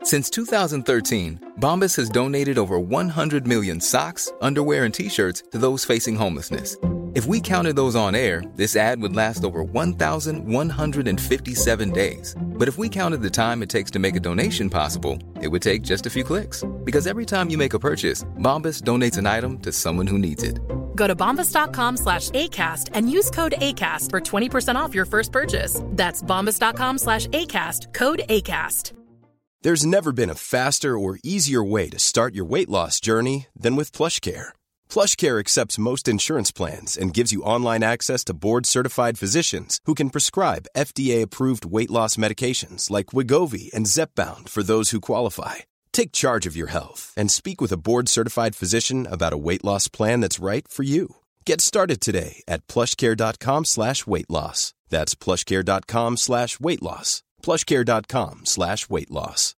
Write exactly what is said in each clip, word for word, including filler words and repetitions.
Since two thousand thirteen, Bombas has donated over one hundred million socks, underwear, and T-shirts to those facing homelessness. If we counted those on air, this ad would last over one thousand one hundred fifty-seven days. But if we counted the time it takes to make a donation possible, it would take just a few clicks. Because every time you make a purchase, Bombas donates an item to someone who needs it. Go to bombas.com slash ACAST and use code ACAST for twenty percent off your first purchase. That's bombas.com slash ACAST, code ACAST. There's never been a faster or easier way to start your weight loss journey than with PlushCare. PlushCare accepts most insurance plans and gives you online access to board-certified physicians who can prescribe F D A-approved weight loss medications like Wegovy and Zepbound for those who qualify. Take charge of your health and speak with a board-certified physician about a weight loss plan that's right for you. Get started today at plushcare.com slash weight loss. That's plushcare.com slash weight loss. plushcare.com slash weight loss.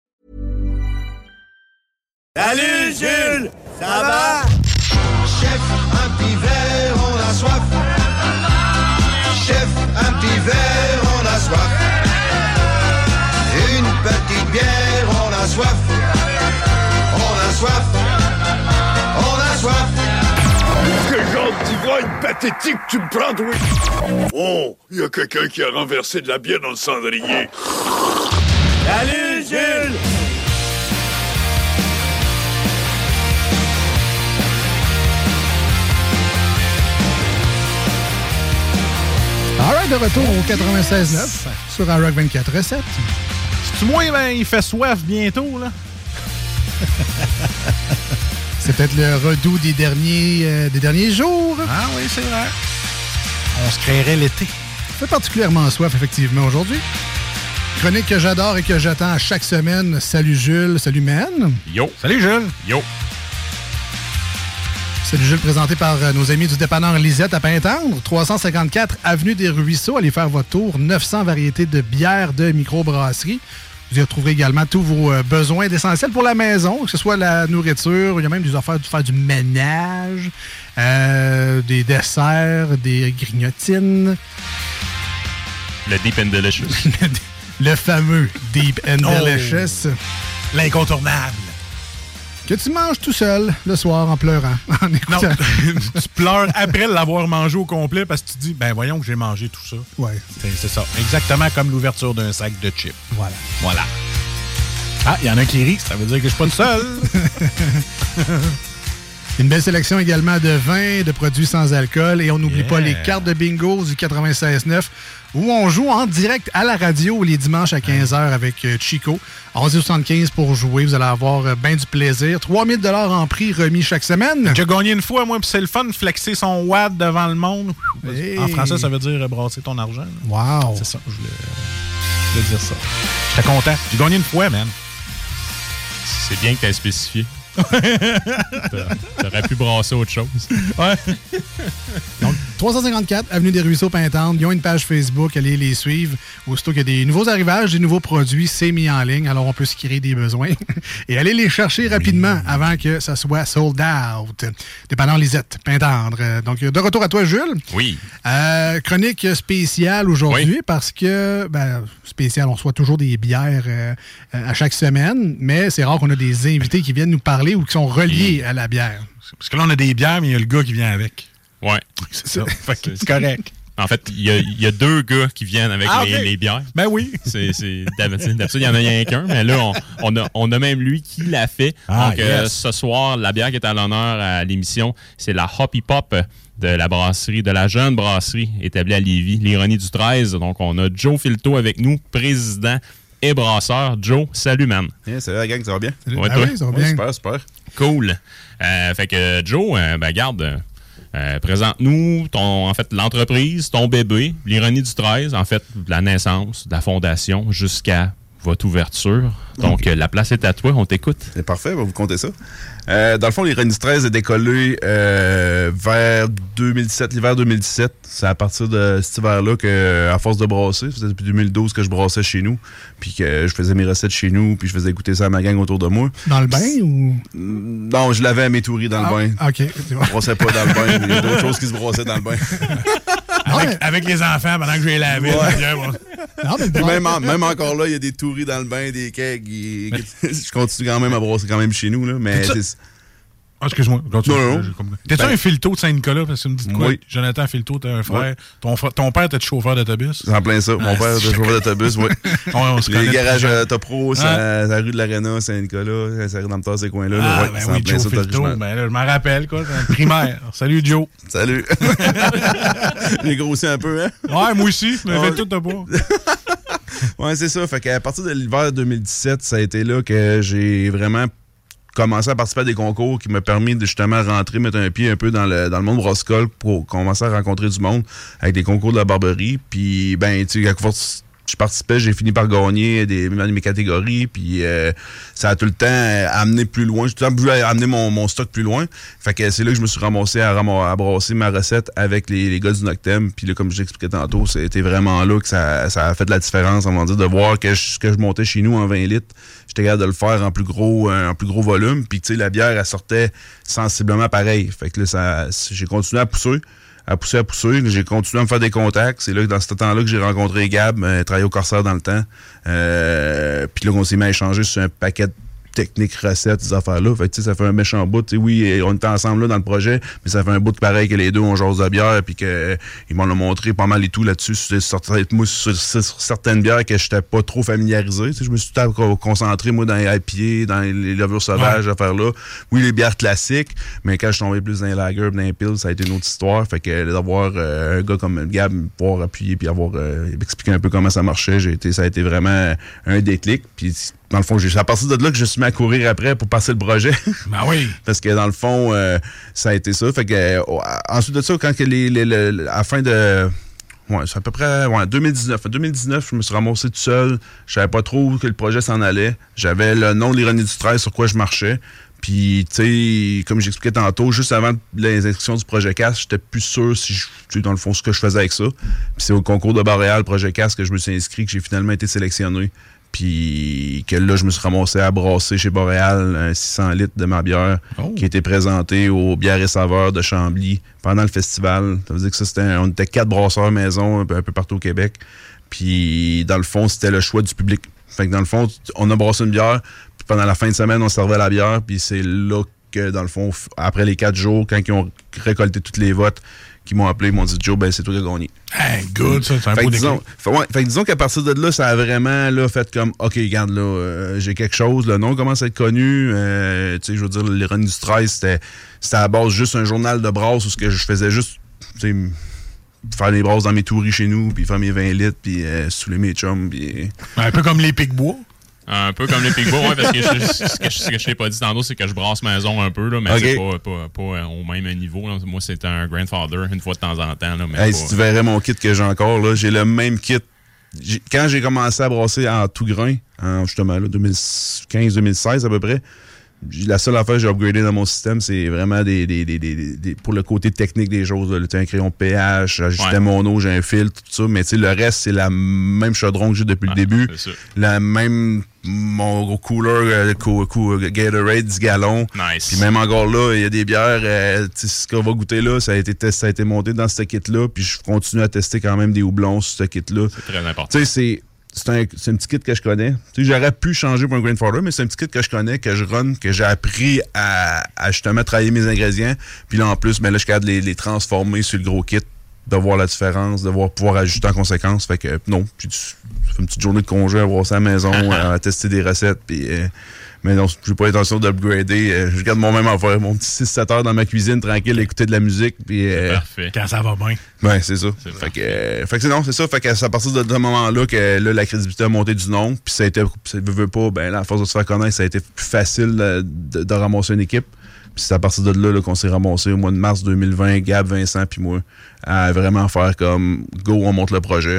Salut Jules! Ça va? Chef, un petit verre, on a soif. Chef, un petit verre, on a soif. Une petite bière, on a soif. On a soif. On a soif. Quel genre d'ivrogne pathétique tu me prends, toi? Oh, il y a quelqu'un qui a renversé de la bière dans le cendrier. Salut Jules! All right, de retour au quatre-vingt-seize neuf sur Rock vingt-quatre sept. C'est-tu moi, ben, il fait soif bientôt, là? C'est peut-être le redout des derniers, euh, des derniers jours. Ah oui, c'est vrai. On se créerait l'été. Ça fait particulièrement soif, effectivement, aujourd'hui. Chronique que j'adore et que j'attends à chaque semaine. Salut Jules, salut Man. Yo. Salut Jules. Yo. Salut Jules, présenté par nos amis du dépanneur Lisette à Pintendre, trois cent cinquante-quatre Avenue des Ruisseaux. Allez faire votre tour. neuf cents variétés de bières de microbrasserie. Vous y retrouverez également tous vos besoins d'essentiels pour la maison, que ce soit la nourriture, il y a même des affaires de faire du ménage, euh, des desserts, des grignotines. Le Deep and Delicious. Le fameux Deep and oh, Delicious. L'incontournable. Que tu manges tout seul le soir en pleurant, en écoutant. Non, tu pleures après l'avoir mangé au complet parce que tu dis, ben voyons que j'ai mangé tout ça. Ouais. C'est, c'est ça. Exactement comme l'ouverture d'un sac de chips. Voilà. Voilà. Ah, il y en a un qui rit, ça veut dire que je suis pas tout seul. Une belle sélection également de vins, de produits sans alcool. Et on n'oublie yeah. pas les cartes de bingo du quatre-vingt-seize neuf où on joue en direct à la radio les dimanches à quinze heures avec Chico. onze soixante-quinze pour jouer. Vous allez avoir bien du plaisir. trois mille dollars en prix remis chaque semaine. J'ai gagné une fois, moi, puis c'est le fun de flexer son watt devant le monde. Hey. En français, ça veut dire brasser ton argent. Wow. C'est ça, je voulais, je voulais dire ça. J'étais content. J'ai gagné une fois, man. C'est bien que tu aies spécifié. T'aurais pu brasser autre chose. Ouais. Donc, trois cent cinquante-quatre Avenue des Ruisseaux, Pintendre. Ils ont une page Facebook. Allez les suivre. Aussitôt qu'il y a des nouveaux arrivages, des nouveaux produits, c'est mis en ligne. Alors, on peut se créer des besoins. Et allez les chercher rapidement oui. avant que ça soit sold out. Dépendant Lisette, Pintendre. Donc, de retour à toi, Jules. Oui. Euh, chronique spéciale aujourd'hui oui. parce que, ben, spécial, on reçoit toujours des bières euh, à chaque semaine, mais c'est rare qu'on a des invités qui viennent nous parler ou qui sont reliés à la bière. Parce que là, on a des bières, mais il y a le gars qui vient avec. Ouais. C'est ça. Fait que c'est correct. En fait, il y, y a deux gars qui viennent avec ah, les, okay. les bières. Ben oui. C'est, c'est, d'habitude, il y en a rien qu'un, mais là, on, on, a, on a même lui qui l'a fait. Ah, Donc, yes. euh, ce soir, la bière qui est à l'honneur à l'émission, c'est la Hoppy Pop de la brasserie, de la jeune brasserie établie à Lévis, l'Ironie du treize. Donc, on a Joe Filto avec nous, président et brasseur. Joe, salut, man. Yeah, salut la gang, ça va bien? Ouais, ah toi? Oui, ça va ouais, bien. Super, super. Cool. Euh, fait que, Joe, euh, ben, garde... Euh, présente-nous ton, en fait, l'entreprise, ton bébé, l'Ironie du treize, en fait, de la naissance, de la fondation jusqu'à votre ouverture. Donc, okay. euh, la place est à toi, on t'écoute. C'est parfait, on va vous compter ça. Euh, dans le fond, l'Ironie du treize est décollé euh, vers deux mille dix-sept, l'hiver deux mille dix-sept. C'est à partir de cet hiver-là que, à force de brasser, c'était depuis deux mille douze que je brassais chez nous, puis que je faisais mes recettes chez nous, puis je faisais goûter ça à ma gang autour de moi. Dans le bain puis, ou? Non, je l'avais à mes touris dans ah, le bain. OK. Je brassais pas dans le bain. Il y a d'autres choses qui se brassaient dans le bain. Avec, avec les enfants pendant que je les lavais. Ouais. Non, mais même, en, même encore là, il y a des touris dans le bain, des kegs. Et, mais... je continue quand même à brosser quand même chez nous. Là, mais c'est... Ah, excuse-moi. Continue. Non, non. T'es-tu ben, un Filto de Saint-Nicolas? Parce que tu me dis quoi? Oui. Jonathan Filto, t'as un frère. Oui. Ton, frère ton père était chauffeur d'autobus? C'est en plein ça. Mon ah, père était chauffeur d'autobus, oui. Ouais, on se Les garages euh, Top Pro, c'est ah. la rue de l'Arena, Saint-Nicolas, c'est dans ces coins-là. Ah, là, ouais, ben oui, Joe ça, Filto. Ben là, je m'en rappelle, quoi. C'est un primaire. Salut, Joe. Salut. J'ai grossi un peu, hein? Ouais, moi aussi. Je me fais tout de bois. Ouais, c'est ça. Fait qu'à partir de l'hiver deux mille dix-sept, ça a été là que j'ai vraiment commencé à participer à des concours qui m'ont permis de justement rentrer, mettre un pied un peu dans le, dans le monde brassicole pour commencer à rencontrer du monde avec des concours de la Barberie. Puis, ben, tu sais, à force je participais, j'ai fini par gagner des, mes catégories, puis euh, ça a tout le temps amené plus loin. J'ai tout le temps voulu amener mon, mon stock plus loin. Fait que c'est là que je me suis ramassé à, à brasser ma recette avec les, les gars du Noctem. Puis là, comme je l'expliquais tantôt, c'était vraiment là que ça, ça a fait de la différence, on va dire, de voir que je, que je montais chez nous en vingt litres. J'étais capable de le faire en plus gros, en plus gros volume. Puis tu sais, la bière, elle sortait sensiblement pareil. Fait que là, ça, j'ai continué à pousser. à pousser, à pousser. J'ai continué à me faire des contacts. C'est là que dans ce temps-là que j'ai rencontré Gab, euh, travaillé au Corsair dans le temps. Euh, puis là, on s'est mis à échanger sur un paquet de techniques, recettes, ces affaires-là. Fait que, tu sais, ça fait un méchant bout. T'sais, oui, on était ensemble là dans le projet, mais ça fait un bout de pareil que les deux, on jase de bière, puis qu'ils m'ont montré pas mal et tout là-dessus. Sur, sur, moi, sur, sur certaines bières que j'étais pas trop familiarisé. Je me suis tout à concentré, moi, dans les I P A, dans les levures sauvages, ouais. affaires-là. Oui, les bières classiques, mais quand je suis tombé plus dans les lagers, dans les pills, ça a été une autre histoire. Fait que d'avoir euh, un gars comme Gab pouvoir appuyer puis avoir euh, expliqué un peu comment ça marchait, j'ai été, ça a été vraiment un déclic. Puis dans le fond, c'est à partir de là que je suis mis à courir après pour passer le projet. Ben oui. Parce que dans le fond, euh, ça a été ça. Fait que euh, ensuite de ça, quand que les, les, les, à la fin de... Ouais, c'est à peu près ouais, deux mille dix-neuf. En deux mille dix-neuf, je me suis ramassé tout seul. Je savais pas trop où que le projet s'en allait. J'avais le nom de l'ironie du treize sur quoi je marchais. Puis, tu sais, comme j'expliquais tantôt, juste avant les inscriptions du Projet C A S, j'étais plus sûr si je, tu sais, dans le fond, ce que je faisais avec ça. Puis c'est au concours de Boréal, Projet C A S, que je me suis inscrit, que j'ai finalement été sélectionné. Puis que là, je me suis ramassé à brasser chez Boréal un six cents litres de ma bière oh. qui a été présentée aux bières et saveurs de Chambly pendant le festival. Ça veut dire que ça, c'était, on était quatre brasseurs maison un peu, un peu partout au Québec. Puis dans le fond, c'était le choix du public. Fait que dans le fond, on a brassé une bière, puis pendant la fin de semaine, on servait la bière, puis c'est là que, dans le fond, après les quatre jours, quand ils ont récolté tous les votes, qui m'ont appelé, ils m'ont dit « Joe, ben c'est toi qui as gagné. » Hey, good, ça, c'est un beau disons, fait, ouais, fait que disons qu'à partir de là, ça a vraiment là, fait comme « OK, regarde, là, euh, j'ai quelque chose, le nom commence à être connu. Euh, » Tu sais, je veux dire, l'ironie du treize, c'était, c'était à la base juste un journal de brasse où ce que je faisais juste, tu sais, faire les brasses dans mes touris chez nous, puis faire mes vingt litres, puis euh, saouler mes chums, puis... Un peu comme les Pic-Bois. Un peu comme les Pic-Bois, ouais, parce que je, ce que je, ce que je t'ai pas dit tantôt, c'est que je brasse maison un peu, là, mais okay. c'est pas, pas, pas au même niveau. Là. Moi, c'est un grandfather une fois de temps en temps. Là, mais hey, pas... Si tu verrais mon kit que j'ai encore, là, j'ai le même kit. J'ai, quand j'ai commencé à brasser en tout grain, en justement deux mille quinze deux mille seize à peu près, la seule affaire que j'ai upgradé dans mon système, c'est vraiment des, des, des, des, des pour le côté technique des choses. Là. Un crayon pH, j'ajustais ouais. mon eau, j'ai un filtre, tout ça. Mais le reste, c'est la même chaudron que j'ai depuis ouais, le début. La même, mon gros cooler, euh, co- co- Gatorade dix gallons. Nice. Puis même encore là, il y a des bières, euh, ce qu'on va goûter là, ça a été ça a été monté dans ce kit-là. Puis je continue à tester quand même des houblons sur ce kit-là. C'est très important. Tu sais, c'est... C'est un, c'est un petit kit que je connais. Tu sais, j'aurais pu changer pour un grandfather, mais c'est un petit kit que je connais, que je run, que j'ai appris à, à justement travailler mes ingrédients. Puis là, en plus, ben là, je suis capable de les, les transformer sur le gros kit, de voir la différence, de voir, pouvoir ajuster en conséquence. Fait que non, puis tu fais une petite journée de congé à voir ça à la maison, à tester des recettes, puis... Euh, mais non, j'ai pas l'intention d'upgrader. Euh, je garde mon même affaire, mon petit six sept heures dans ma cuisine, tranquille, écouter de la musique. Puis, euh, parfait. Quand ça va bien. Ouais, c'est ça. C'est fait, que, euh, fait que c'est non, c'est ça. Fait que c'est à partir de ce moment-là que là, la crédibilité a monté du nom. Puis ça a été, ça ne veut pas, ben là, à force de se faire connaître, ça a été plus facile de, de, de ramasser une équipe. Puis c'est à partir de là, là qu'on s'est ramassé au mois de mars deux mille vingt, Gab, Vincent, puis moi, à vraiment faire comme go, on monte le projet.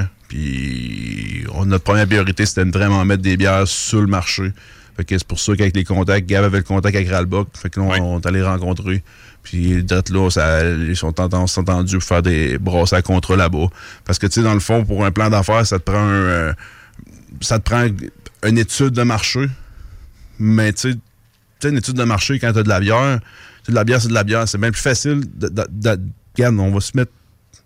Puis on, notre première priorité, c'était de vraiment mettre des bières sur le marché. Fait que c'est pour ça qu'avec les contacts, Gab avait le contact avec Ralbock. Fait que là, on, ouais. on est allé rencontrer. Puis, d'être là, ça, ils sont entendus pour faire des brasses à contrat là-bas. Parce que, tu sais, dans le fond, pour un plan d'affaires, ça te prend un, euh, ça te prend une étude de marché. Mais, tu sais, une étude de marché, quand t'as de la bière, de la bière, c'est de la bière. C'est bien plus facile de, de, de, de regarde, on va se mettre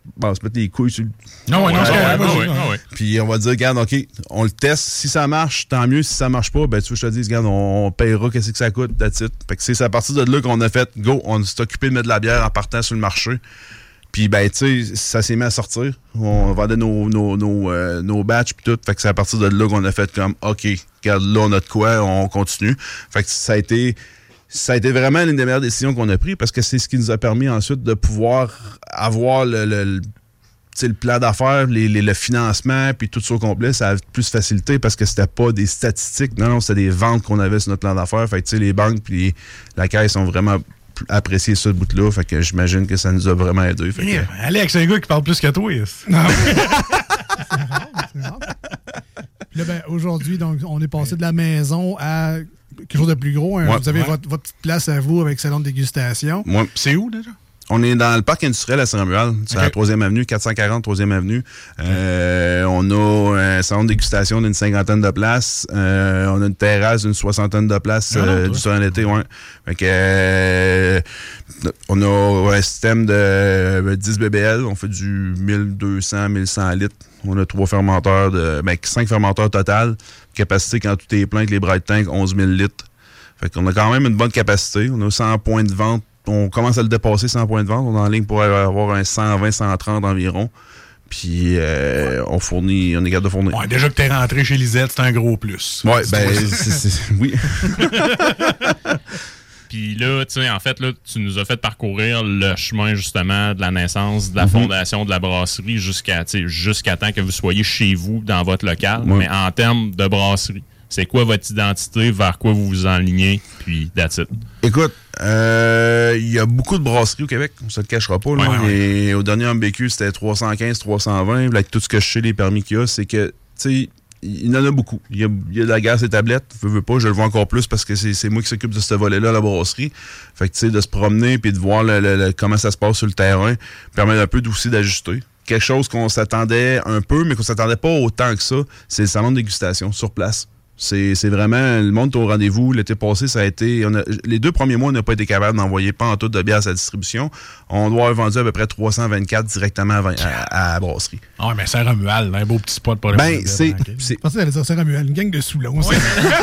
bon, se mettre les couilles sur le... Non, ouais, non, ouais, c'est ouais, ouais, ouais, ouais, ouais. Puis on va dire, regarde, OK, on le teste. Si ça marche, tant mieux. Si ça marche pas, ben tu veux que je te dise, regarde, on, on payera qu'est-ce que ça coûte, that's it. Fait que c'est à partir de là qu'on a fait, go, on s'est occupé de mettre de la bière en partant sur le marché. Puis, ben, tu sais, ça s'est mis à sortir. On vendait nos, nos, nos, euh, nos batchs puis tout. Fait que c'est à partir de là qu'on a fait comme, OK, regarde, là, on a de quoi, on continue. Fait que ça a été, ça a été vraiment l'une des meilleures décisions qu'on a prises parce que c'est ce qui nous a permis ensuite de pouvoir avoir le, le, le, le plan d'affaires, les, les, le financement, puis tout ça au complet. Ça a plus facilité parce que c'était pas des statistiques. Non, non, c'était des ventes qu'on avait sur notre plan d'affaires. Fait que, tu sais, les banques puis la caisse sont vraiment apprécier ce bout-là, fait que j'imagine que ça nous a vraiment aidé. Fait yeah, que... Alex, c'est un gars qui parle plus que toi. Non. C'est rare, c'est rare. Puis là, ben, aujourd'hui, donc, on est passé de la maison à quelque chose de plus gros. Hein. Ouais, vous avez ouais. votre, votre petite place à vous avec salon de dégustation. Ouais. C'est où, déjà? On est dans le parc industriel à Saint-Romuald, c'est okay. la troisième avenue, quatre cent quarante troisième avenue. Euh, on a un salon de dégustation d'une cinquantaine de places. Euh, on a une terrasse d'une soixantaine de places euh, du soir en été. Ouais. Fait que, euh, on a un système de dix B B L. On fait du mille deux cents, mille cent litres. On a trois fermenteurs, de, ben, cinq fermenteurs total. Capacité, quand tout est plein avec les bright tanks, onze mille litres. Fait qu'on a quand même une bonne capacité. On a cent points de vente. On commence à le dépasser, cent points de vente. On est en ligne pour avoir un cent vingt, cent trente environ. Puis, euh, on fournit, on est capable de fournir. Ouais, déjà que t'es rentré chez Lisette, c'est un gros plus. Ouais, ben, c'est, c'est, oui. Puis là, tu sais, en fait, là, tu nous as fait parcourir le chemin, justement, de la naissance, de la mm-hmm. fondation de la brasserie jusqu'à, tu sais, jusqu'à temps que vous soyez chez vous, dans votre local. Ouais. Mais en termes de brasserie, c'est quoi votre identité, vers quoi vous vous enlignez, puis that's it. Écoute, il euh, y a beaucoup de brasseries au Québec, on se le cachera pas. Là. Ouais, ouais. Et au dernier M B Q, c'était trois cent quinze, trois cent vingt. Avec tout ce que je sais, les permis qu'il y a, c'est que, tu sais, il y en a beaucoup. Il y a, il y a de la gaz et tablettes. Je veux pas, je le vois encore plus parce que c'est, c'est moi qui s'occupe de ce volet-là à la brasserie. Fait que, tu sais, de se promener puis de voir le, le, le, comment ça se passe sur le terrain permet un peu aussi d'ajuster. Quelque chose qu'on s'attendait un peu, mais qu'on s'attendait pas autant que ça, c'est le salon de dégustation sur place. C'est, c'est vraiment le monde au rendez-vous. L'été passé, ça a été... On a, les deux premiers mois, on n'a pas été capable d'envoyer pas en tout de bière à sa distribution. On doit avoir vendu à peu près trois cent vingt-quatre directement à, à, à la brasserie. Ah oui, mais Saint-Romuald, un beau petit spot pour le Ben, c'est... c'est... Je pensais d'aller dire Saint-Romuald, une gang de Soulon. Ouais.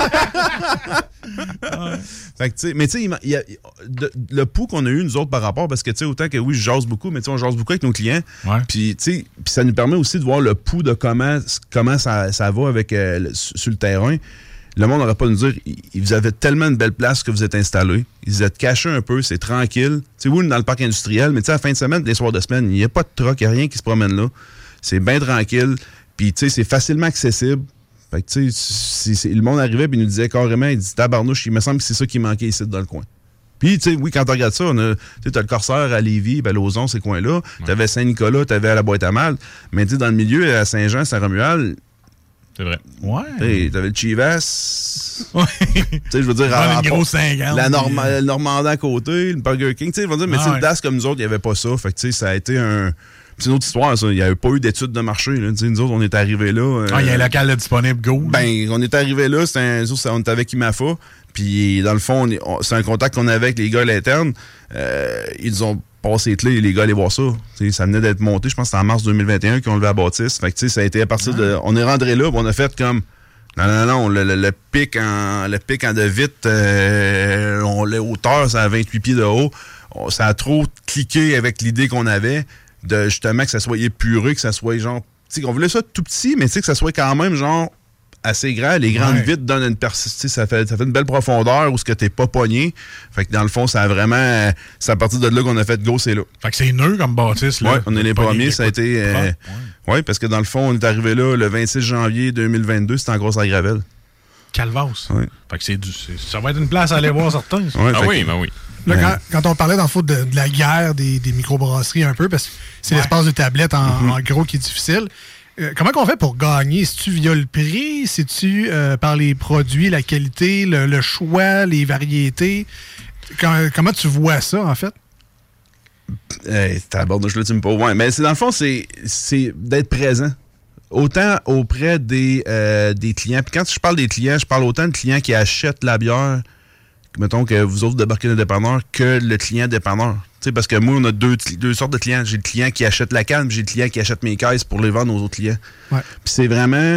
Fait que, tu sais, mais tu sais, il y a, de, le pouls qu'on a eu, nous autres, par rapport, parce que, tu sais, autant que oui, je jase beaucoup, mais tu sais, on jase beaucoup avec nos clients. Ouais. Puis, tu sais, ça nous permet aussi de voir le pouls de comment, comment ça, ça va avec, euh, le, sur le terrain. Le monde n'aurait pas à nous dire, vous avez tellement une belle place que vous êtes installés. Vous êtes cachés un peu, c'est tranquille. Tu sais, oui, dans le parc industriel, mais tu sais, à la fin de semaine, les soirs de semaine, il n'y a pas de truck, il n'y a rien qui se promène là. C'est bien tranquille. Puis, tu sais, c'est facilement accessible. Fait que, tu sais, le monde arrivait et nous disait carrément, il dit, tabarnouche, il me semble que c'est ça qui manquait ici dans le coin. Puis, tu sais, oui, quand tu regardes ça, tu as le Corsaire à Lévis, ben, Lauson, ces coins-là. Ouais. Tu avais Saint-Nicolas, tu avais à la Boîte à Malte. Mais, tu sais, dans le milieu, à Saint-Jean, Saint-Romuald, c'est vrai. Ouais. Tu avais le Chivas. Ouais. Tu sais, je veux dire, à, gros cinquante, la Norma, le Normandie à côté, le Burger King. Tu sais, je veux dire, mais ah, ouais. Le D A S comme nous autres, il n'y avait pas ça. Fait que, tu sais, ça a été un. C'est une autre histoire, ça. Il n'y avait pas eu d'études de marché. Là. Nous autres, on est arrivés là. Euh, ah, il y a un local là, disponible, go. Ben, on est arrivés là, c'était un, on était avec Imafa. Puis, dans le fond, on est, on, c'est un contact qu'on avait avec les gars à l'interne. Euh, ils nous ont passé les clés, les gars, aller voir ça. T'sais, ça venait d'être monté, je pense que c'était en mars deux mille vingt et un qu'ils ont levé la bâtisse. Fait que, tu sais, ça a été à partir de. On est rentré là, on a fait comme. Non, non, non, le, le, le pic en le pic en de vite, euh, on l'a hauteur, ça a vingt-huit pieds de haut. On, ça a trop cliqué avec l'idée qu'on avait de justement que ça soit épuré, que ça soit genre. Tu sais, on voulait ça tout petit, mais tu sais, que ça soit quand même genre assez grand. Les grandes ouais. vitres donnent une persistance, ça fait, ça fait une belle profondeur où ce que t'es pas pogné. Fait que dans le fond, ça a vraiment. C'est à partir de là qu'on a fait go, c'est là. Fait que c'est nœud comme bâtisse, là. Ouais, on est les premiers, ça a été. Euh, ouais. ouais, parce que dans le fond, on est arrivé là le vingt-six janvier deux mille vingt-deux, c'était en grosse à Gravel. Calvas. Ouais. Fait que c'est du. C'est, ça va être une place à aller voir certains. Ouais, ah oui, que, ben oui. Là, quand, quand on parlait dans le fond de, de la guerre des, des microbrasseries un peu, parce que c'est ouais. l'espace de tablette en, mm-hmm. en gros qui est difficile. Euh, comment on fait pour gagner? C'est-tu via le prix? C'est-tu euh, par les produits, la qualité, le, le choix, les variétés? Quand, comment tu vois ça, en fait? Hey, tabarnouche, là, tu me poses. Ouais, mais c'est, dans le fond, c'est, c'est d'être présent. Autant auprès des, euh, des clients. Puis quand je parle des clients, je parle autant de clients qui achètent la bière mettons que vous autres débarquez le dépanneur, que le client dépanneur. T'sais, parce que moi, on a deux, deux sortes de clients. J'ai le client qui achète la canne, puis j'ai le client qui achète mes caisses pour les vendre aux autres clients. Ouais. Puis c'est vraiment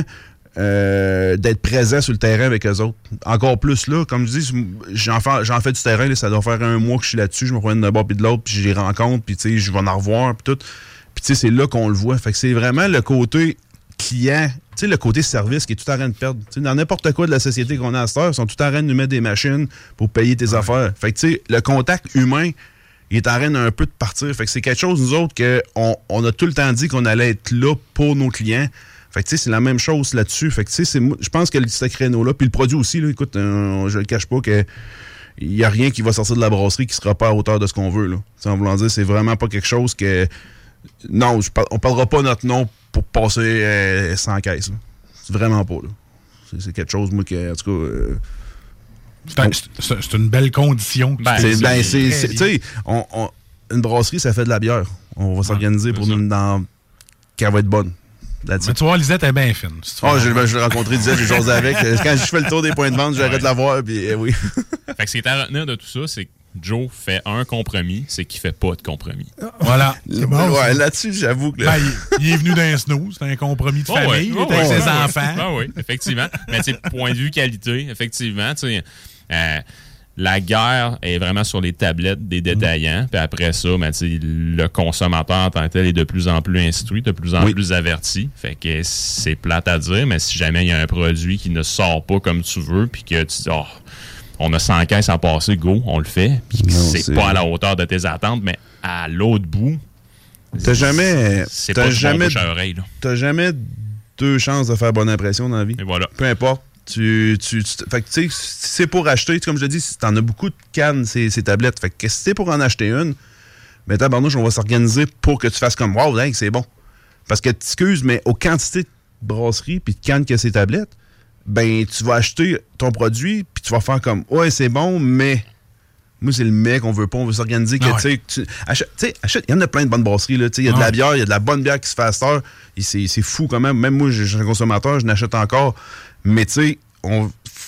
euh, d'être présent sur le terrain avec eux autres. Encore plus là, comme je dis, j'en fais, j'en fais du terrain, là, ça doit faire un mois que je suis là-dessus, je me promène d'un bord puis de l'autre, puis je les rencontre, puis je vais en revoir, puis tout. Puis tu sais, c'est là qu'on le voit. Fait que c'est vraiment le côté client, tu sais, le côté service qui est tout en train de perdre. T'sais, dans n'importe quoi de la société qu'on a à cette heure, ils sont tout en train de nous mettre des machines pour payer tes ouais. affaires. Fait que tu sais, le contact humain, il est en train d'un peu de partir. Fait que c'est quelque chose, nous autres, qu'on on a tout le temps dit qu'on allait être là pour nos clients. Fait que tu sais, c'est la même chose là-dessus. Fait que tu sais, je pense que ce créneau-là, puis le produit aussi, là, écoute, euh, je le cache pas que il n'y a rien qui va sortir de la brasserie qui sera pas à hauteur de ce qu'on veut. Là. En voulant dire, c'est vraiment pas quelque chose que... Non, je par... on parlera pas notre nom pour passer euh, sans caisse. Là. C'est vraiment pas. Là. C'est, c'est quelque chose, moi, que, en tout cas... Euh... C'est, un, c'est, c'est une belle condition. Ben, c'est, ben, c'est, c'est, tu sais, on, on, une brasserie, ça fait de la bière. On va s'organiser ah, pour nous dans... qu'elle va être bonne. Mais tu vois, Lisette est bien fine. Si oh, je, ben, je l'ai rencontré, Lisette, j'ai chose avec. Quand je fais le tour des points de vente, j'arrête ouais. de la voir, puis eh oui. Fait que ce qui est à retenir de tout ça, c'est que Joe fait un compromis, c'est qu'il fait pas de compromis. Voilà. C'est bon, ouais, là-dessus, j'avoue que... Là... Ben, il, il est venu d'un snooze, c'est un compromis de oh, famille, ouais. oh, il est avec ouais. ses ouais. enfants. Ah oui, effectivement. Mais tu sais, point de vue qualité, effectivement, tu sais... Euh, la guerre est vraiment sur les tablettes des détaillants. Mmh. Puis après ça, ben, le consommateur en tant que tel est de plus en plus instruit, de plus en oui. plus averti. Fait que c'est plate à dire, mais si jamais il y a un produit qui ne sort pas comme tu veux, puis que tu dis, oh, on a cent caisses à passer, go, on le fait. Puis c'est, c'est pas à la hauteur de tes attentes, mais à l'autre bout, t'as jamais, c'est t'as pas jamais, bouche à oreille. Là. T'as jamais deux chances de faire bonne impression dans la vie. Et voilà. Peu importe. Tu, tu, tu, fait que, tu sais, si c'est pour acheter, comme je te dis, si t'en as beaucoup de cannes, ces, ces tablettes. Fait que si c'est pour en acheter une, ben, tabarnouche, on va s'organiser pour que tu fasses comme, wow, dingue, c'est bon. Parce que, t'excuses, mais aux quantités de brasserie puis de cannes que ces tablettes, ben, tu vas acheter ton produit puis tu vas faire comme, ouais, c'est bon, mais, moi, c'est le mec qu'on veut pas, on veut s'organiser. Que, ah ouais. tu achètes, achète, il y en a plein de bonnes brasseries, là, il y a ah de la bière, il y a de la bonne bière qui se fait à cette heure, et c'est, c'est fou quand même. Même moi, je suis un consommateur, je n'achète encore. Mais tu sais, on,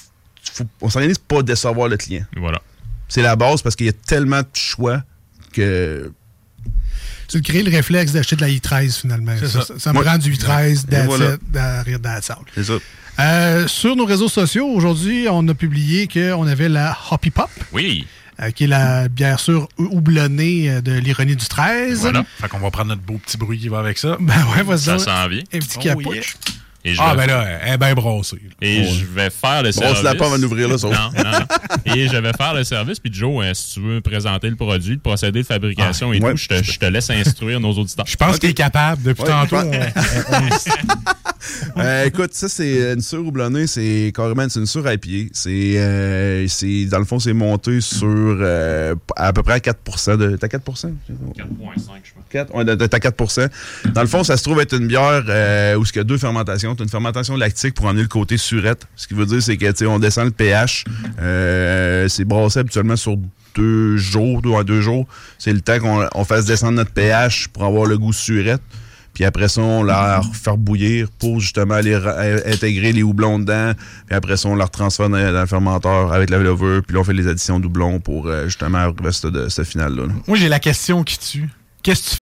on s'organise pas décevoir le client. Voilà. C'est la base parce qu'il y a tellement de choix que... Tu crées le réflexe d'acheter de la I treize finalement. C'est ça, ça. ça, ça me ouais. prend du I treize voilà. derrière dans la salle. C'est ça. Euh, sur nos réseaux sociaux, aujourd'hui, on a publié qu'on avait la Hoppy Pop. Oui. Euh, qui est la bière sûre houblonnée de l'Ironie du treize. Voilà. Fait qu'on va prendre notre beau petit bruit qui va avec ça. Ben ouais, vas-y. Ça s'en vient. Un petit oh, capouche. Yeah. Et je ah, vais... ben là, elle est bien brossée. Et oh, je vais faire le service. Brosse la pomme à l'ouvrir, là, ça. Non, non, non. Et je vais faire le service. Puis Joe, euh, si tu veux présenter le produit, le procédé de fabrication ah, et ouais, tout, je te, je te laisse instruire nos auditeurs. Je pense okay. qu'il est capable. Depuis ouais, tantôt, on... euh, écoute, ça, c'est une sure houblonnée. C'est carrément c'est une sure à pied. C'est, euh, c'est, dans le fond, c'est monté sur euh, à peu près à quatre pour cent. De, t'as quatre pour cent? quatre virgule cinq, je pense. quatre, ouais, t'as quatre pour cent. Dans le fond, ça se trouve être une bière euh, où il y a deux fermentations. T'as une fermentation lactique pour emmener le côté surette. Ce qui veut dire, c'est que, tu sais, on descend le pH. Euh, c'est brassé habituellement sur deux jours, deux à deux jours. C'est le temps qu'on on fasse descendre notre pH pour avoir le goût surette. Puis après ça, on la refait bouillir pour justement aller ra- intégrer les houblons dedans. Puis après ça, on la retransfère dans, dans le fermenteur avec la levure. Puis là, on fait les additions de houblons pour euh, justement arriver à ce, ce final-là. Là. Moi, j'ai la question qui tue. Qu'est-ce que tu fais?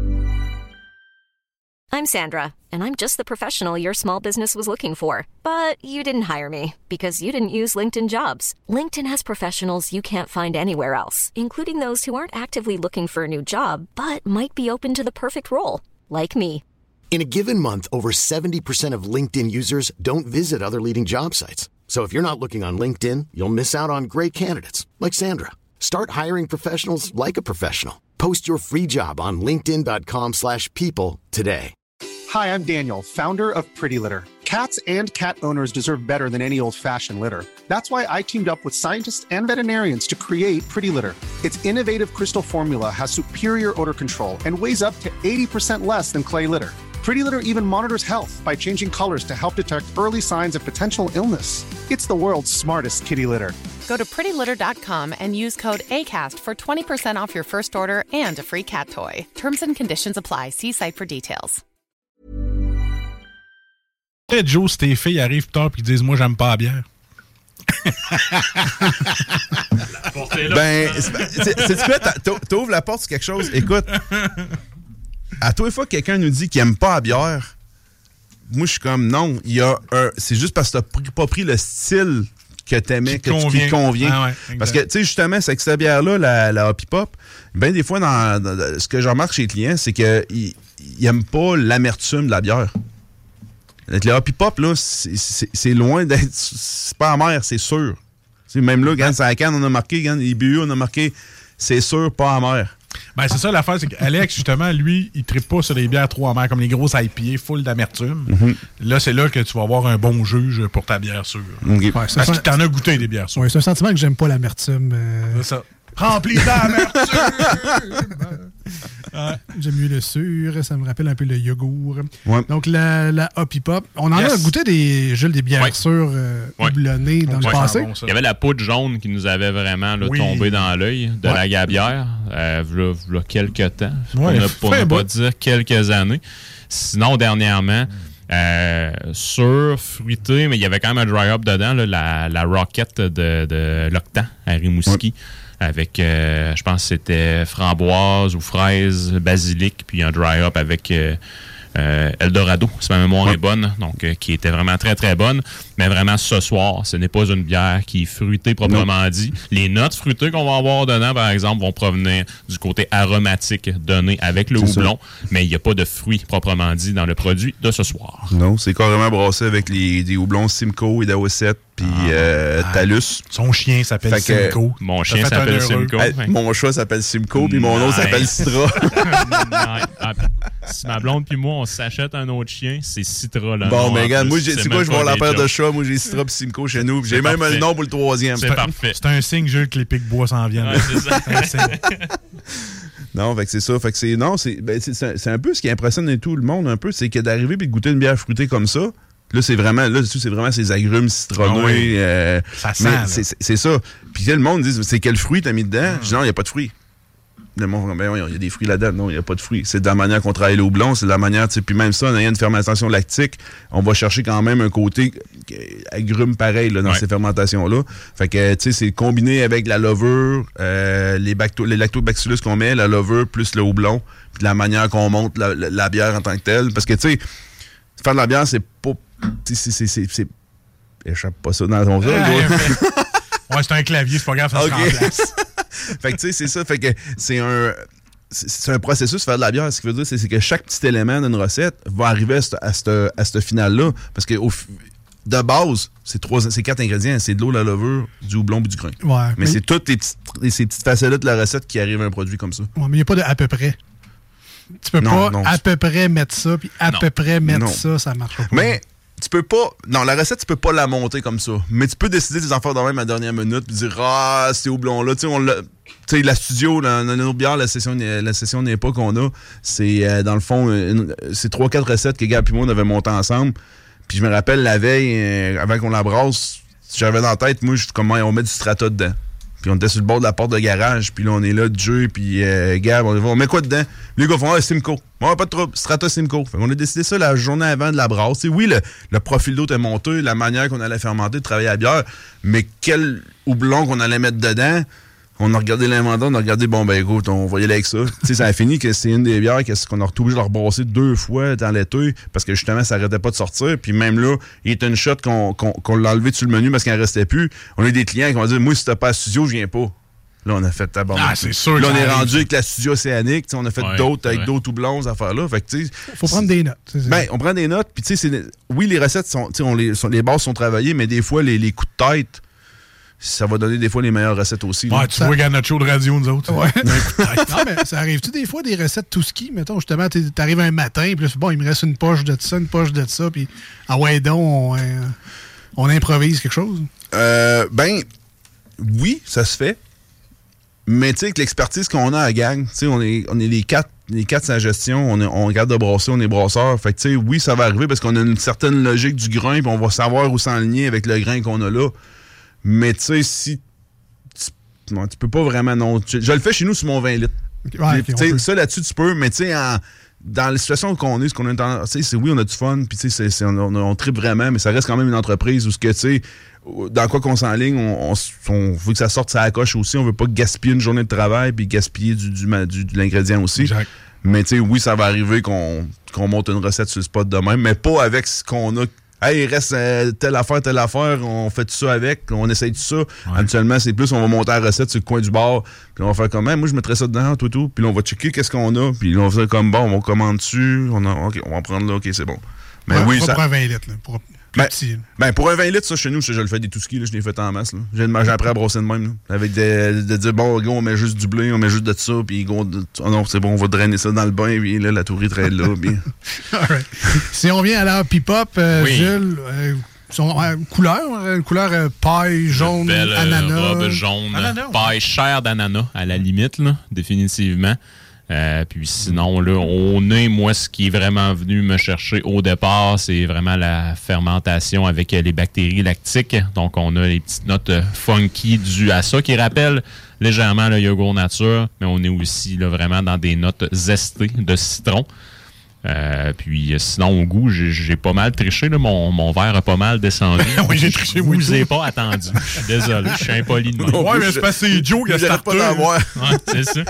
I'm Sandra, and I'm just the professional your small business was looking for. But you didn't hire me because you didn't use LinkedIn Jobs. LinkedIn has professionals you can't find anywhere else, including those who aren't actively looking for a new job, but might be open to the perfect role, like me. In a given month, over seventy percent of LinkedIn users don't visit other leading job sites. So if you're not looking on LinkedIn, you'll miss out on great candidates, like Sandra. Start hiring professionals like a professional. Post your free job on linkedin.com slash people today. Hi, I'm Daniel, founder of Pretty Litter. Cats and cat owners deserve better than any old-fashioned litter. That's why I teamed up with scientists and veterinarians to create Pretty Litter. Its innovative crystal formula has superior odor control and weighs up to eighty percent less than clay litter. Pretty Litter even monitors health by changing colors to help detect early signs of potential illness. It's the world's smartest kitty litter. Go to pretty litter dot com and use code ACAST for twenty percent off your first order and a free cat toy. Terms and conditions apply. See site for details. Joe, si tes filles arrivent tard et disent « Moi, j'aime pas la bière. » La porte est là. Ben, c'est quoi? T'ouvres la porte sur quelque chose. Écoute, à tous les fois que quelqu'un nous dit qu'il aime pas la bière, moi, je suis comme, non, il y a un... C'est juste parce que t'as pas pris le style que t'aimais, que tu te convient. Ah ouais, parce que, tu sais, justement, c'est que cette bière-là, la, la Hoppy Pop, bien des fois, dans, dans, ce que je remarque chez les clients, c'est qu'ils n'aiment pas l'amertume de la bière. Avec le Hoppy Pop, là, c'est loin d'être... C'est pas amer, c'est sûr. T'sais, même là, quand c'est à la canne, on a marqué, quand les B U, on a marqué, c'est sûr, pas amer. Ben, c'est ça l'affaire, c'est qu'Alex, justement, lui, il ne trippe pas sur les bières trop amères, comme les grosses I P A, full d'amertume. Mm-hmm. Là, c'est là que tu vas avoir un bon juge pour ta bière sûre. Okay. Ouais, Parce que t'en as goûté des bières sûres. Ouais, c'est un sentiment que j'aime pas l'amertume. Euh... C'est ça. Rempli d'amertume! Ouais. J'aime mieux le sûr, ça me rappelle un peu le yogourt. Ouais. Donc, la, la Hoppy Pop. On en yes. a goûté des, Jules, des bières ouais. sûres euh, ouais. houblonnées dans ouais. le passé. Bon, il y avait la poudre jaune qui nous avait vraiment là, oui. tombé dans l'œil de ouais. la gabière, euh, v'là, v'là quelques temps. Ouais, pour ne pas dire quelques années. Sinon, dernièrement, euh, sûr, fruité, mais il y avait quand même un dry-up dedans, là, la, la Rocket de, de l'Octan à Rimouski. Ouais. Avec, euh, je pense que c'était framboise ou fraise, basilic, puis un dry-up avec euh, euh, Eldorado, si ma mémoire ouais. est bonne, donc euh, qui était vraiment très, très bonne. Mais vraiment, ce soir, ce n'est pas une bière qui est fruitée proprement non. dit. Les notes fruitées qu'on va avoir dedans, par exemple, vont provenir du côté aromatique donné avec le c'est houblon, ça. Mais il n'y a pas de fruits proprement dit dans le produit de ce soir. Non, c'est carrément brassé avec les, des houblons Simcoe et Dawson puis ah, euh, ah, Talus. Son chien s'appelle que, Simcoe. Mon chien s'appelle Simcoe. Hey, mon chat s'appelle Simcoe, puis mon autre s'appelle Citra. ah, si ma blonde puis moi, on s'achète un autre chien, c'est Citra. Là, bon, mais regarde, moi, c'est quoi, je vais avoir la paire de chats. Moi, j'ai Citra et Simcoe chez nous. J'ai même parfait. Le nom pour le troisième. C'est parfait. C'est un signe, Jules, que les pics bois s'en viennent. Ouais, c'est ça. C'est un signe. Non, fait que c'est ça. Fait que c'est, non, c'est, ben, c'est, c'est un peu ce qui impressionne tout le monde, un peu, c'est que d'arriver et de goûter une bière fruitée comme ça, là, c'est vraiment, là, c'est vraiment ces agrumes citronnés. Ah oui. euh, ça sent. C'est, c'est, c'est ça. Puis là, le monde dit, c'est quel fruit t'as mis dedans? Mm. Je dis, non, il n'y a pas de fruits. Le monde, ben oui, il y a des fruits là-dedans. Non, il n'y a pas de fruits. C'est de la manière qu'on travaille le houblon, c'est de la manière, tu sais, puis même ça, en ayant une fermentation lactique, on va chercher quand même un côté agrume pareil là, dans ouais. ces fermentations-là. Fait que, tu sais, c'est combiné avec la levure, euh, les, bacto- les lactobacillus qu'on met, la levure plus le houblon, puis de la manière qu'on monte la, la, la bière en tant que telle. Parce que, tu sais, faire de la bière, c'est pas... C'est, c'est, c'est, c'est... Échappe pas ça dans ton ouais, ouais, c'est un clavier, c'est pas grave, ça okay. se remplace. Fait que, tu sais, c'est ça. Fait que c'est un... C'est, c'est un processus, faire de la bière. Ce qui veut dire, c'est, c'est que chaque petit élément d'une recette va arriver à ce à ce, à ce final-là. Parce que au, de base, c'est, trois, c'est quatre ingrédients. C'est de l'eau, la levure, du houblon et du grain. Ouais, mais, mais c'est toutes les petites, ces petites facettes de la recette qui arrivent à un produit comme ça. Ouais, mais il n'y a pas de à peu près. Tu peux non, pas non, à peu près mettre ça, puis à non. peu près mettre non. ça, ça marche pas. Mais tu peux pas... Non, la recette, tu peux pas la monter comme ça. Mais tu peux décider des affaires de même à la dernière minute, puis dire « Ah, ces houblons-là, tu sais, on l'a... » Tu sais, la studio, dans notre bière, la session, la session n'est pas qu'on a, c'est, euh, dans le fond, une, c'est trois quatre recettes que Gab et moi, on avait montées ensemble. Puis je me rappelle, la veille, euh, avant qu'on la brasse, j'avais dans la tête, moi, je, comment on met du strata dedans. Puis on était sur le bord de la porte de garage, puis là, on est là, Dieu, puis euh, Gab, on, on met quoi dedans? Puis les gars font, ah, Simcoe. Bon, pas de trouble, Strata Simcoe. Fait qu'on a décidé ça la journée avant de la brasse. T'sais, oui, le, le profil d'eau était monté, la manière qu'on allait fermenter, de travailler à la bière, mais quel houblon qu'on allait mettre dedans, on a regardé l'inventaire, on a regardé, bon, ben écoute, on va y aller avec ça. Tu sais, ça a fini que c'est une des bières qu'on a retrouvé obligé de la rebrasser deux fois dans l'été, parce que justement, ça arrêtait pas de sortir. Puis même là, il était une shot qu'on, qu'on, qu'on l'a enlevé sur le menu parce qu'il n'en restait plus. On a eu des clients qui vont dire, moi, si t'as pas à studio, je viens pas. Là, on a fait ta bande. Ah, c'est sûr. Là, on est rendu avec la studio océanique. On a fait ouais, d'autres avec ouais. d'autres houblons, ces affaires-là. Fait que, tu sais. Faut prendre des notes. C'est ben, on prend des notes. Puis, tu sais, c'est, oui, les recettes sont, on les, sont, les bases sont travaillées, mais des fois, les, les coups de tête, ça va donner des fois les meilleures recettes aussi. Ouais, tu ça... vois, regarde notre show de radio, nous autres. Ouais. Non, mais ça arrive-tu des fois des recettes tout ski, mettons, justement, t'arrives un matin, puis bon, il me reste une poche de ça, une poche de ça, puis ah ouais, donc, on, euh, on improvise quelque chose? Euh, ben, oui, ça se fait. Mais tu sais, avec l'expertise qu'on a à la gang, tu sais, on est, on est les quatre, les quatre sans gestion, on, est, on regarde de brasser, on est brasseurs. Fait que tu sais, oui, ça va arriver parce qu'on a une certaine logique du grain, puis on va savoir où s'enligner avec le grain qu'on a là. Mais tu sais, si tu, non, tu peux pas vraiment... non. Je, je le fais chez nous sur mon vingt litres. Ouais, okay, ça, là-dessus, tu peux, mais tu sais, dans la situation qu'on est, ce qu'on a, c'est oui, on a du fun, puis tu sais, on, on, on tripe vraiment, mais ça reste quand même une entreprise où ce que tu sais, dans quoi qu'on s'enligne, on, on, on veut que ça sorte ça à la coche aussi. On veut pas gaspiller une journée de travail puis gaspiller du, du, du, de l'ingrédient aussi. Exact. Mais tu sais, oui, ça va arriver qu'on, qu'on monte une recette sur le spot de même, mais pas avec ce qu'on a. Hey, il reste euh, telle affaire, telle affaire, on fait tout ça avec, on essaye tout ça. Ouais. Habituellement, c'est plus, on va monter la recette sur le coin du bar, puis on va faire comme, hey, moi, je mettrais ça dedans, tout, tout, puis là, on va checker qu'est-ce qu'on a, puis là, on va faire comme, bon, on commande dessus, on a, OK, on va en prendre là, OK, c'est bon. Mais ouais, oui, pas ça... pour un vingt litres, là, pour... Ben, ben, pour un vingt litres, ça, chez nous, je, je le fais des tout skis, là, je l'ai fait en masse. Là. J'ai, j'ai appris à brosser de même. Là, avec des, de dire, bon, gars, on met juste du blé, on met juste de ça, puis gros, oh non, c'est bon, on va drainer ça dans le bain, puis là, la tourie traîne là. Puis... right. Si on vient à la Hoppy Pop, euh, oui. Jules, euh, son, euh, couleur, euh, couleur euh, paille, jaune, belle, ananas. Euh, robe jaune, ananas, paille ouais. chair d'ananas, à la limite, là, définitivement. Euh, puis sinon, là, on est, moi, ce qui est vraiment venu me chercher au départ, c'est vraiment la fermentation avec les bactéries lactiques. Donc, on a les petites notes funky dues à ça qui rappellent légèrement le yogourt nature, mais on est aussi là, vraiment dans des notes zestées de citron. Euh, puis sinon, au goût, j'ai, j'ai pas mal triché. Là, mon, mon verre a pas mal descendu. Oui, j'ai triché. Je vous ai pas attendu. Je suis désolé, je suis impoli de moi. Ouais, mais c'est parce que c'est Joe qui a starté. Pas d'avoir. Ouais, c'est ça.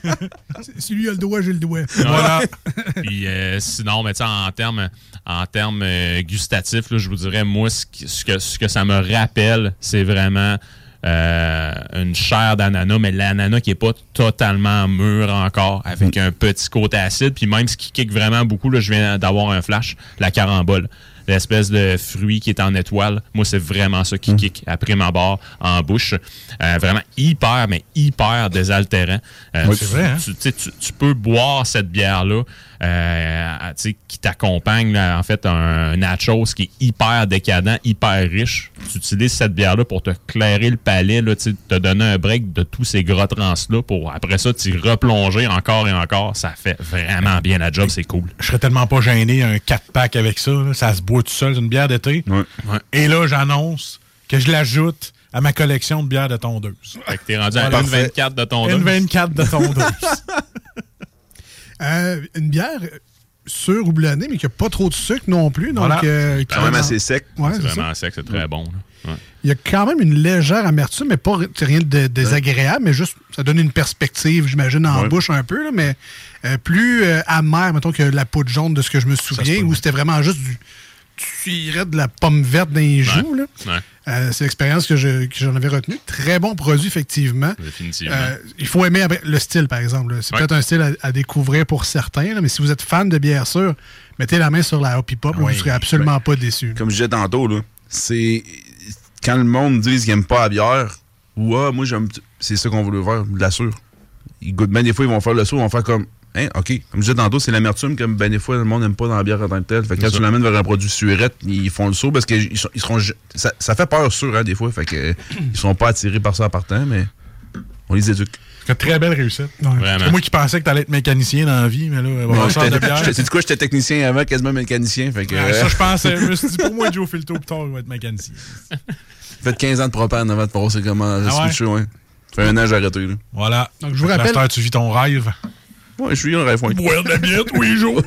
Si lui a le doigt, j'ai le doigt. Voilà. Puis euh, sinon, mais en termes en termes euh, gustatifs, là, je vous dirais, moi, ce, qui, ce, que, ce que ça me rappelle, c'est vraiment... Euh, une chair d'ananas, mais l'ananas qui n'est pas totalement mûr encore, avec mm. un petit côté acide. Puis même ce qui kick vraiment beaucoup, là, je viens d'avoir un flash, la carambole. L'espèce de fruit qui est en étoile. Moi, c'est vraiment ça qui mm. kick après ma barre en bouche. Euh, vraiment hyper, mais hyper désaltérant. Euh, oui, c'est vrai, hein? Tu, tu, tu, tu peux boire cette bière-là euh, qui t'accompagne, là, en fait, un nachos qui est hyper décadent, hyper riche. Tu utilises cette bière-là pour te clairer le palais, là, te donner un break de tous ces gras trans-là pour, après ça, t'y replonger encore et encore. Ça fait vraiment bien la job, c'est cool. Je serais tellement pas gêné, un quatre-pack avec ça. Là, ça se boit tout seul, une bière d'été. Ouais. Ouais. Et là, j'annonce que je l'ajoute à ma collection de bières de tondeuse. Fait que t'es rendu à une vingt-quatre de tondeuse. Une vingt-quatre de tondeuse. euh, une bière sûre ou blonnée, mais qui n'a pas trop de sucre non plus. Donc, voilà. euh, quand même assez sec. Ouais, c'est, c'est vraiment ça. sec, c'est très bon. Ouais. Il y a quand même une légère amertume, mais pas rien de désagréable, mais juste, ça donne une perspective, j'imagine, en ouais. bouche un peu, là, mais euh, plus euh, amer, mettons, que la poudre jaune de ce que je me souviens, où c'était vraiment juste du... tu irais de la pomme verte dans les joues. Ouais. Là. Ouais. Euh, c'est l'expérience que, je, que j'en avais retenue. Très bon produit, effectivement. Définitivement. Euh, il faut aimer le style, par exemple. C'est ouais. peut-être un style à, à découvrir pour certains, là, mais si vous êtes fan de bière sûre, mettez la main sur la Hoppy Pop, ouais. vous ne serez absolument ben, pas déçus. Comme je disais tantôt, là, c'est quand le monde dit qu'ils n'aiment pas la bière, ou ah, moi, j'aime, c'est ça qu'on veut faire, de la sûre. Ils goûtent bien des fois, ils vont faire le saut, ils vont faire comme... Hein, OK. Comme je disais tantôt, c'est l'amertume que ben, des fois, le monde n'aime pas dans la bière en tant que tel. Fait que quand ça. Tu l'amènes vers un produit surette, ils font le saut parce qu'ils ils seront. Ça, ça fait peur sûr, hein, des fois. Fait que ils sont pas attirés par ça en partant, mais on les éduque. C'est une très belle réussite. Ouais. C'est moi qui pensais que tu allais être mécanicien dans la vie, mais là, bon, j'étais, de bière. C'est du quoi, j'étais technicien avant, quasiment mécanicien. Fait que, ouais, ça, je pensais. Je me suis dit, pour moi, Joe Filto, plus tard, il va être mécanicien. Faites quinze ans de propane avant de passer comment ah ouais? switcher, ouais. Ça fait un an, j'ai arrêté. Là. Voilà. Donc, je vous rappelle. Là, tu vis ton rêve. Ouais, je suis un rêve. Boire de la bière tous les jours.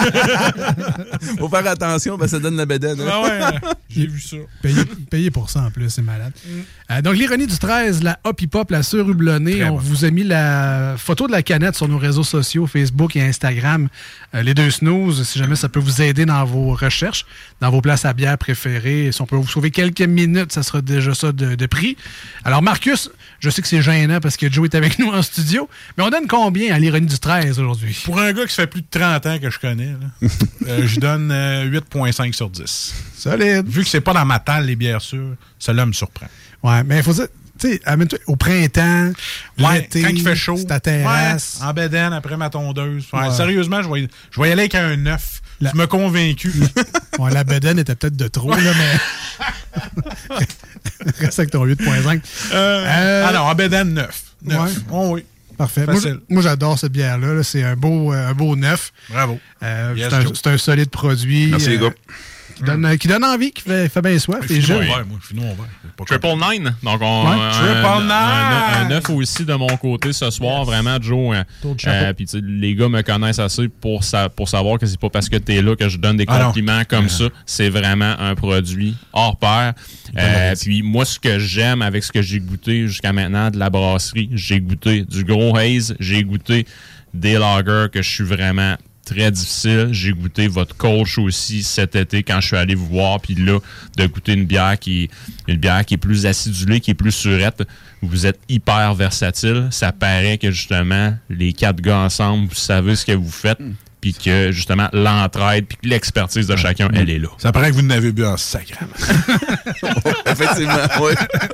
Faut faire attention parce que ça donne la bédaine. Hein? Ah ouais, j'ai vu ça. Payer, payer pour ça en plus, c'est malade. Mm. Euh, donc, l'ironie du treize, la Hoppy Pop, la sœur houblonnée. On bon. vous a mis la photo de la canette sur nos réseaux sociaux, Facebook et Instagram. Euh, les deux snooze, si jamais ça peut vous aider dans vos recherches, dans vos places à bière préférées. Si on peut vous sauver quelques minutes, ça sera déjà ça de, de prix. Alors, Marcus, je sais que c'est gênant parce que Joe est avec nous en studio, mais on donne combien à l'ironie du treize aujourd'hui? Pour un gars qui fait plus de trente ans que je connais, là, euh, je donne euh, huit virgule cinq sur dix. Solide. Vu que c'est pas dans ma talle, les bières sûres, cela me surprend. Ouais, mais il faut dire, tu sais, amène-toi au printemps, ouais, l'été, quand il fait chaud, c'est ta terrasse. Ouais, en bédaine, après ma tondeuse. Ouais, ouais. Sérieusement, je vais, je vais y aller avec un neuf. La... Tu m'as convaincu. Ouais, la bédaine était peut-être de trop, là, mais... Reste avec ton huit virgule cinq. Euh, euh... Alors, en bédaine, neuf. neuf. Ouais. Oh, oui. Parfait. Moi, moi, j'adore cette bière-là. Là. C'est un beau, euh, un beau neuf. Bravo. Euh, yes, c'est, un, c'est un solide produit. Merci, les gars. qui donne, mm. qui donne envie, qui fait, fait bien soif. Et moi, finis mon verre. Triple Nine. Donc, on, ouais. Triple Nine. Un neuf aussi de mon côté ce soir. Yes. Vraiment, Joe. Euh, Puis, les gars me connaissent assez pour, sa, pour savoir que c'est pas parce que t'es là que je donne des compliments ah comme ouais. ça. C'est vraiment un produit hors pair. Euh, Puis, moi, ce que j'aime avec ce que j'ai goûté jusqu'à maintenant de la brasserie, j'ai goûté du gros haze, j'ai goûté des lagers que je suis vraiment très difficile. J'ai goûté votre coach aussi cet été quand je suis allé vous voir. Puis là, de goûter une bière qui une bière qui est plus acidulée, qui est plus surette. Vous êtes hyper versatile. Ça paraît que justement, les quatre gars ensemble, vous savez ce que vous faites. Mm. Puis que justement, l'entraide puis l'expertise de chacun, mm. elle est là. Ça paraît que vous n'avez bu en sacrament. Effectivement, oui.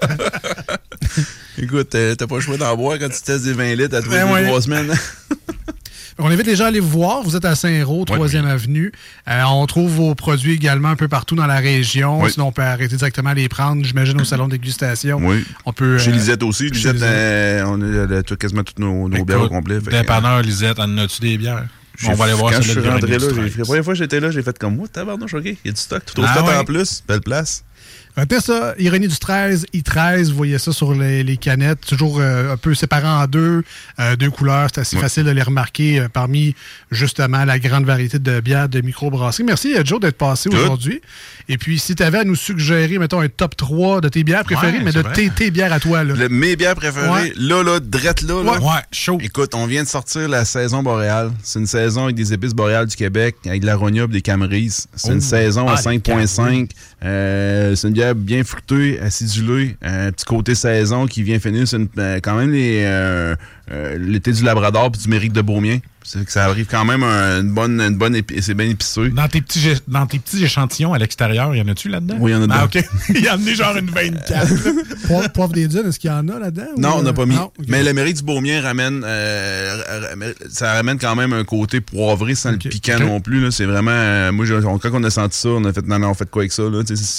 Écoute, t'as pas le choix d'en boire quand tu testes des vingt litres à tous les ben trois semaines. On invite les gens à aller vous voir. Vous êtes à Saint-Roch, troisième avenue. Euh, on trouve vos produits également un peu partout dans la région. Oui. Sinon, on peut arrêter directement à les prendre, j'imagine, au salon de dégustation. Oui. On peut, chez euh, Lisette aussi. Lisette, Lisette. Euh, on a euh, quasiment toutes nos, nos bières au complet. Dépanneur, que, Lisette, en as-tu des bières? On va aller voir quand ça. Je suis rentré là, la première fois que j'étais là, j'ai fait comme moi, tabarnouche, OK. Il y a du stock, tout au ah, stock ouais. en plus. Belle place. Retenez ça, Ironie du treize, I treize, vous voyez ça sur les, les canettes, toujours euh, un peu séparés en deux, euh, deux couleurs, c'est assez ouais. facile de les remarquer euh, parmi justement la grande variété de bières de microbrasserie. Merci Joe d'être passé Tout. aujourd'hui. Et puis si tu avais à nous suggérer, mettons, un top trois de tes bières préférées, ouais, mais de tes, tes bières à toi. Là. Le, mes bières préférées, ouais. là, là, drette là. là. Ouais. ouais, chaud. Écoute, on vient de sortir la saison boréale. C'est une saison avec des épices boréales du Québec, avec de l'aronia et des camerises. C'est oh. une saison ah, à cinq virgule cinq. Euh, c'est une bière bien fruitée, acidulée, un petit côté saison qui vient finir. C'est une, euh, quand même les, euh, euh, l'été du Labrador puis du Mérique de Beaumien. C'est que ça arrive quand même un, une bonne, une bonne épi- c'est bien épicé. Dans tes petits dans tes petits échantillons à l'extérieur, y en a-tu là-dedans? Oui, il y en a dedans. Ah, OK. Il y en a genre une vingt-quatre. Poivre, poivre des dunes, est-ce qu'il y en a là-dedans? Non, ou... on n'a pas mis. Non, okay. Mais le Mérique du Beaumien ramène, euh, ça ramène quand même un côté poivré sans okay. le piquant okay. non plus. Là. C'est vraiment, euh, moi, on, quand on a senti ça, on a fait, non, non, on fait quoi avec ça? Là?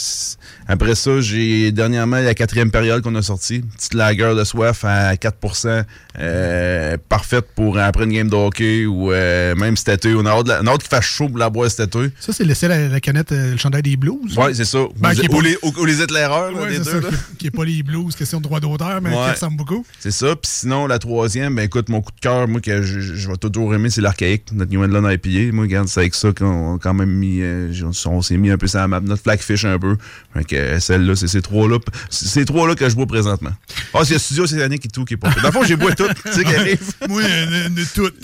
Après ça, j'ai dernièrement, la quatrième période qu'on a sorti, petite lager de soif à quatre pour cent, euh, parfaite pour après une game de hockey ou euh, même cet été. On a hâte, hâte qu'il fasse chaud pour la boire cet été. Ça, c'est laissé la, la canette, euh, le chandail des blues. Oui, c'est ça. Ben, ou, pas... les, ou, ou les éclaireurs, là, ouais, les deux. Ça, qui n'est pas les blues, question de droit d'auteur, mais ouais. qui ressemble beaucoup. C'est ça. Puis sinon, la troisième, ben écoute, mon coup de cœur, moi, que je, je vais toujours aimer, c'est l'Archaïque, notre New England I P A. Moi, regarde, c'est avec ça qu'on a quand même mis, euh, on s'est mis un peu sur la map, notre Flackfish un peu. Fait que euh, celle-là, c'est ces trois-là. C'est ces trois-là que je bois présentement. Ah, oh, c'est le studio Océanique et tout qui est pas fait. Dans le fond, j'ai bois toutes. Tu sais, qui arrive. Moi, une, une toute.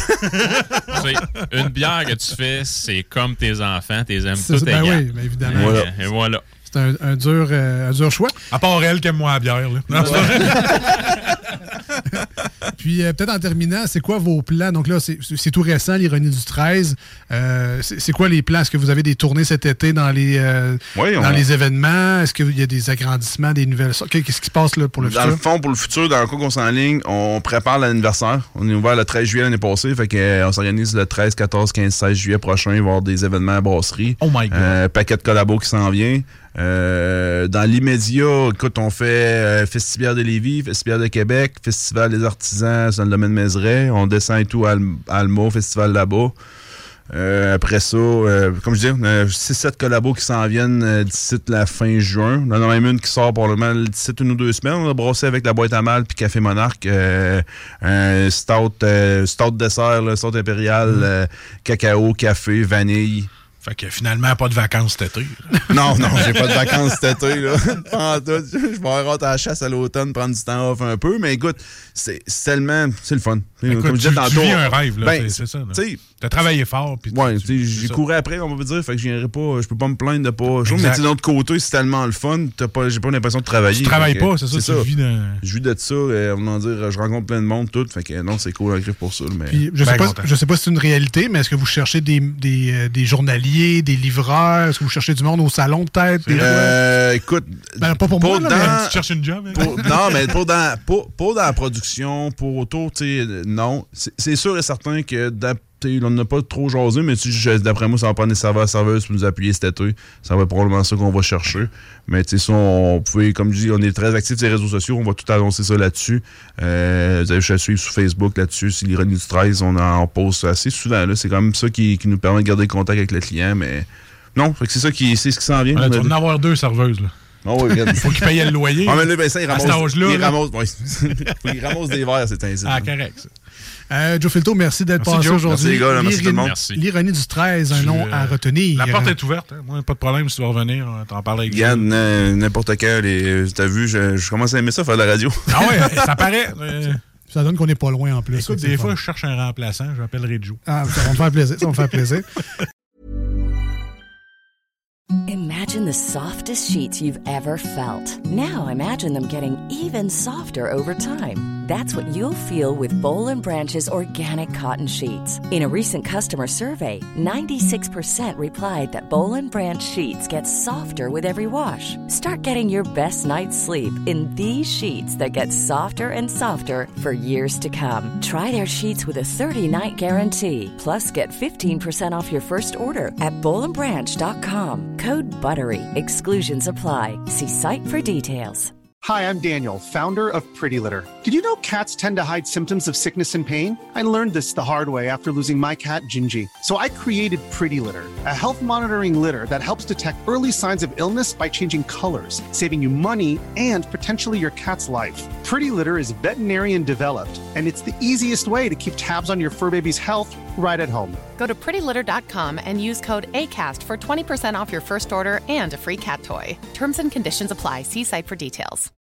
Une bière que tu fais, c'est comme tes enfants, tes aimes toutes ben égales. Oui, ben évidemment. Voilà. Et voilà. C'est un, un, dur, euh, un dur choix. À part elle qui aime moi la bière. Là. Non, Puis, euh, peut-être en terminant, c'est quoi vos plans? Donc là, c'est, c'est tout récent, l'Ironie du treize. Euh, c'est, c'est quoi les plans? Est-ce que vous avez des tournées cet été dans les, euh, oui, on... dans les événements? Est-ce qu'il y a des agrandissements, des nouvelles... Qu'est-ce qui se passe là, pour le dans futur? Dans le fond, pour le futur, dans le coup qu'on s'enligne, on prépare l'anniversaire. On est ouvert le treize juillet l'année passée. Fait qu'on euh, s'organise le treize, quatorze, quinze, seize juillet prochain. Il va y avoir des événements à brasserie. Oh my God! Euh, paquet de collabos qui s'en vient. Euh, dans l'immédiat, écoute, on fait euh, Festival de Lévis, Festival de Québec, Festival des artisans dans le domaine de Mézeray. On descend et tout à Alma, Festival là-bas. Euh, après ça, euh, comme je dis, euh, six sept collabos qui s'en viennent euh, d'ici la fin juin. On en a même une qui sort probablement d'ici une ou deux semaines. On a brassé avec la boîte à mal puis Café Monarque. Euh, un stout, euh, stout dessert, là, stout impérial, mmh. euh, cacao, café, vanille. Fait que finalement, pas de vacances cet été. Non, non, j'ai pas de vacances cet été. Là. Je vais avoir hâte à la chasse à l'automne, prendre du temps off un peu. Mais écoute, c'est, c'est tellement... C'est le fun. Écoute, Comme je disais tantôt, tu vis un rêve, là, ben, c'est, c'est ça. Tu as travaillé fort. Pis ouais, tu, j'ai couru après, on va dire. Fait que je viendrai pas... Je peux pas me plaindre de pas... Je trouve, mais de l'autre côté, c'est tellement le fun. T'as pas, j'ai pas l'impression de travailler. Tu travailles que, pas, c'est ça. C'est tu ça. Vis dans... Je vis de ça. Et, on va dire, je rencontre plein de monde, tout. Fait que non, c'est cool, un griffe pour ça. Mais... Puis, je, sais pas, je sais pas si c'est une réalité, mais est-ce que vous cherchez des, des, euh, des journaliers, des livreurs? Est-ce que vous cherchez du monde au salon, peut-être? Euh, écoute... Ben, pas pour, pour moi, dans... là, mais... Tu cherches une job? Hein? Pour... non, mais pour dans, pour, pour dans la production, pour autour, tu sais, non. C'est, c'est sûr et certain que on n'a pas trop jasé, mais d'après moi, ça va prendre des serveurs serveuses pour nous appuyer cet été. Ça va être probablement ça qu'on va chercher. Mais tu sais, ça, on pouvait, comme je dis, on est très actifs sur les réseaux sociaux. On va tout annoncer ça là-dessus. Euh, vous avez juste à suivre sur Facebook là-dessus. Sur l'Ironie du treize, on en poste assez souvent. Là. C'est quand même ça qui, qui nous permet de garder le contact avec le client. Mais Non, fait que c'est ça qui, c'est ce qui s'en vient. Ouais, tu vas en avoir deux serveuses, là. Oh, oui, regarde. Faut qu'il paye le loyer. Ah, mais là, Vincent, il ramasse, à cet âge-là, il là. ramasse, ouais. il ramasse des verres, c'est ainsi. Ah, correct, ça. Euh, Joe Filto, merci d'être merci passé Joe. aujourd'hui. Merci les gars, là, merci tout le monde. Merci. L'ironie du treize, un nom euh, à retenir. La porte est ouverte. Hein. Moi, pas de problème si tu veux revenir. T'en parles avec Regarde, n'importe quand, les, t'as vu, je, je commence à aimer ça, faire de la radio. Ah ouais, ça paraît. Euh... Ça donne qu'on n'est pas loin en plus. Écoute, des fois, je cherche un remplaçant, je m'appellerai Joe. Ah, ça va me faire plaisir. Ça va me faire plaisir. Imagine the softest sheets you've ever felt. Now imagine them getting even softer over time. That's what you'll feel with Boll and Branch's organic cotton sheets. In a recent customer survey, ninety-six percent replied that Boll and Branch sheets get softer with every wash. Start getting your best night's sleep in these sheets that get softer and softer for years to come. Try their sheets with a thirty-night guarantee. Plus, get fifteen percent off your first order at boll and branch dot com. Code BUTTERY. Exclusions apply. See site for details. Hi, I'm Daniel, founder of Pretty Litter. Did you know cats tend to hide symptoms of sickness and pain? I learned this the hard way after losing my cat, Gingy. So I created Pretty Litter, a health monitoring litter that helps detect early signs of illness by changing colors, saving you money and potentially your cat's life. Pretty Litter is veterinarian developed, and it's the easiest way to keep tabs on your fur baby's health right at home. Go to pretty litter dot com and use code ACAST for twenty percent off your first order and a free cat toy. Terms and conditions apply. See site for details.